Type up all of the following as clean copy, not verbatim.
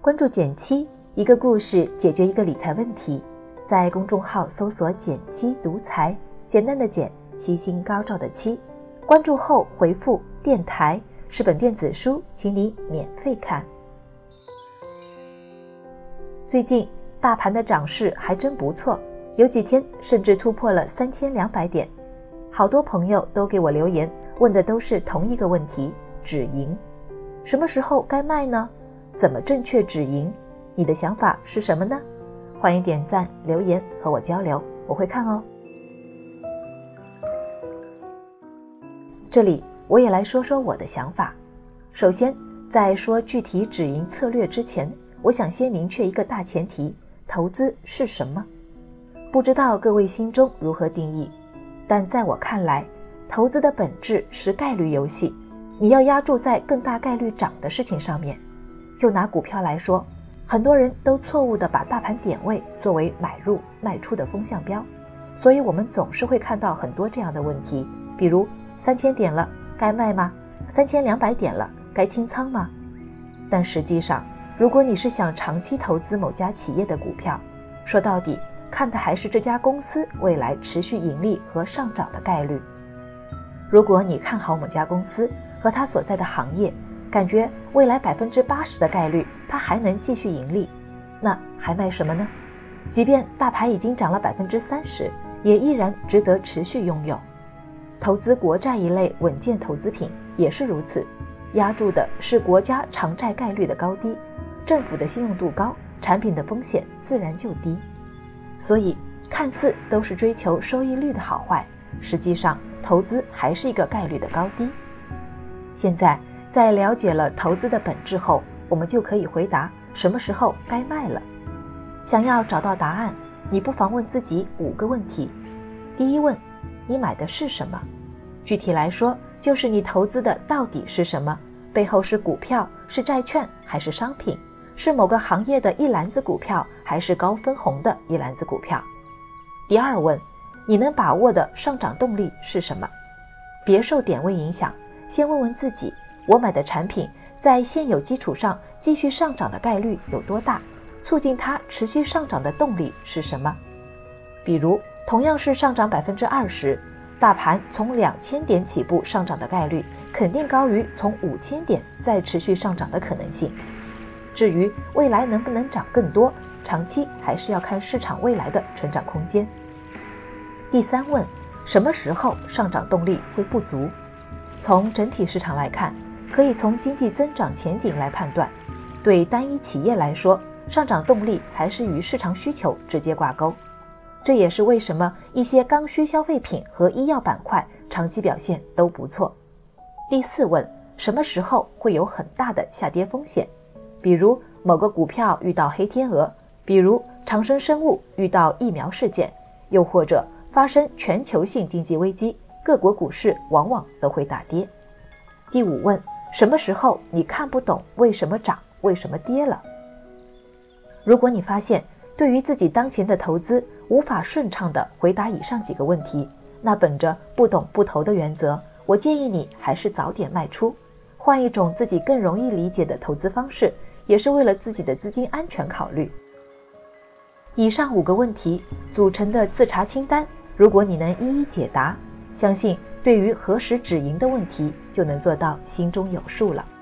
关注减七，一个故事解决一个理财问题。在公众号搜索减七独裁，简单的减，七星高照的七。关注后回复电台，是本电子书，请你免费看。最近大盘的涨势还真不错，有几天甚至突破了3200点。好多朋友都给我留言，问的都是同一个问题：止盈。什么时候该卖呢？怎么正确止盈？你的想法是什么呢？欢迎点赞留言和我交流，我会看哦。这里我也来说说我的想法。首先，在说具体止盈策略之前，我想先明确一个大前提：投资是什么？不知道各位心中如何定义，但在我看来，投资的本质是概率游戏，你要押注在更大概率涨的事情上面。就拿股票来说，很多人都错误地把大盘点位作为买入卖出的风向标，所以我们总是会看到很多这样的问题，比如3000点了该卖吗？3200点了该清仓吗？但实际上，如果你是想长期投资某家企业的股票，说到底看的还是这家公司未来持续盈利和上涨的概率。如果你看好某家公司和它所在的行业，感觉未来80%的概率它还能继续盈利，那还卖什么呢？即便大盘已经涨了30%，也依然值得持续拥有。投资国债一类稳健投资品也是如此，押注的是国家偿债概率的高低，政府的信用度高，产品的风险自然就低。所以看似都是追求收益率的好坏，实际上投资还是一个概率的高低。现在在了解了投资的本质后，我们就可以回答什么时候该卖了。想要找到答案，你不妨问自己5个问题。第一问，你买的是什么？具体来说，就是你投资的到底是什么？背后是股票，是债券，还是商品？是某个行业的一篮子股票，还是高分红的一篮子股票？第二问，你能把握的上涨动力是什么？别受点位影响，先问问自己，我买的产品在现有基础上继续上涨的概率有多大？促进它持续上涨的动力是什么？比如同样是上涨20%，大盘从2000点起步上涨的概率肯定高于从5000点再持续上涨的可能性。至于未来能不能涨更多，长期还是要看市场未来的成长空间。第三问，什么时候上涨动力会不足？从整体市场来看，可以从经济增长前景来判断。对单一企业来说，上涨动力还是与市场需求直接挂钩。这也是为什么一些刚需消费品和医药板块长期表现都不错。第四问，什么时候会有很大的下跌风险？比如某个股票遇到黑天鹅，比如长生生物遇到疫苗事件，又或者发生全球性经济危机，各国股市往往都会大跌。第五问，什么时候你看不懂为什么涨，为什么跌了？如果你发现对于自己当前的投资无法顺畅地回答以上几个问题，那本着不懂不投的原则，我建议你还是早点卖出，换一种自己更容易理解的投资方式，也是为了自己的资金安全考虑。以上5个问题组成的自查清单，如果你能一一解答，相信对于何时止盈的问题就能做到心中有数了。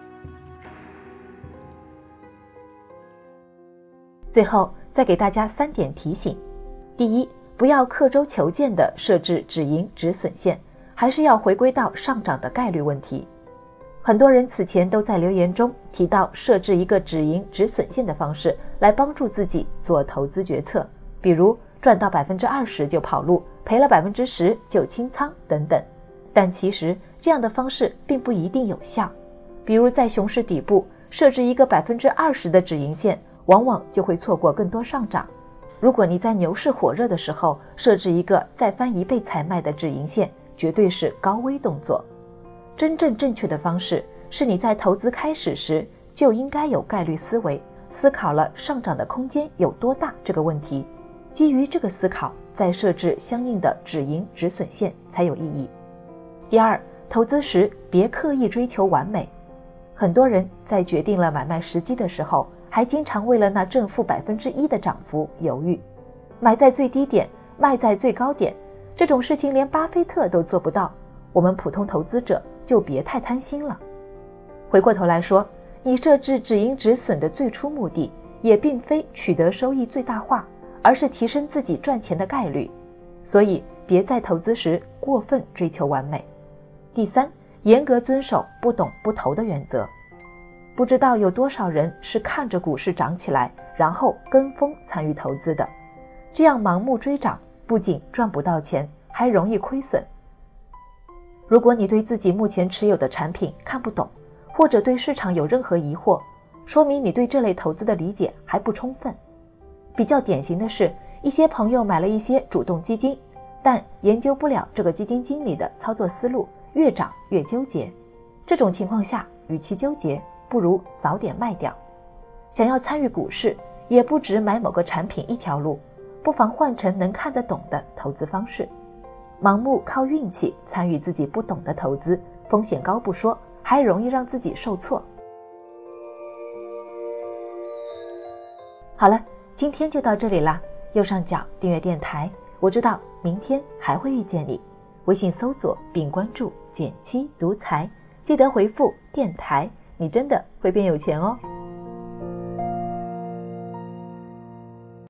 最后再给大家3点提醒。第一，不要刻舟求剑地设置止盈止损线，还是要回归到上涨的概率问题。很多人此前都在留言中提到设置一个止盈止损线的方式来帮助自己做投资决策，比如赚到20%就跑路，赔了10%就清仓等等。但其实这样的方式并不一定有效。比如在熊市底部设置一个20%的止盈线，往往就会错过更多上涨。如果你在牛市火热的时候设置一个再翻1倍才卖的止盈线，绝对是高危动作。真正正确的方式是你在投资开始时就应该有概率思维，思考了上涨的空间有多大这个问题，基于这个思考再设置相应的止盈止损线才有意义。第二，投资时别刻意追求完美。很多人在决定了买卖时机的时候， 还经常为了那正负1%的涨幅犹豫，买在最低点，卖在最高点，这种事情连巴菲特都做不到，我们普通投资者就别太贪心了。回过头来说，你设置止盈止损的最初目的也并非取得收益最大化，而是提升自己赚钱的概率，所以别在投资时过分追求完美。第三，严格遵守不懂不投的原则。不知道有多少人是看着股市涨起来，然后跟风参与投资的，这样盲目追涨不仅赚不到钱，还容易亏损。如果你对自己目前持有的产品看不懂，或者对市场有任何疑惑，说明你对这类投资的理解还不充分。比较典型的是，一些朋友买了一些主动基金，但研究不了这个基金经理的操作思路，越涨越纠结。这种情况下，与其纠结，不如早点卖掉。想要参与股市，也不只买某个产品一条路，不妨换成能看得懂的投资方式。盲目靠运气参与自己不懂的投资，风险高不说，还容易让自己受挫。好了，今天就到这里啦，右上角订阅电台，我知道明天还会遇见你。微信搜索并关注减七独裁，记得回复电台，你真的会变有钱哦。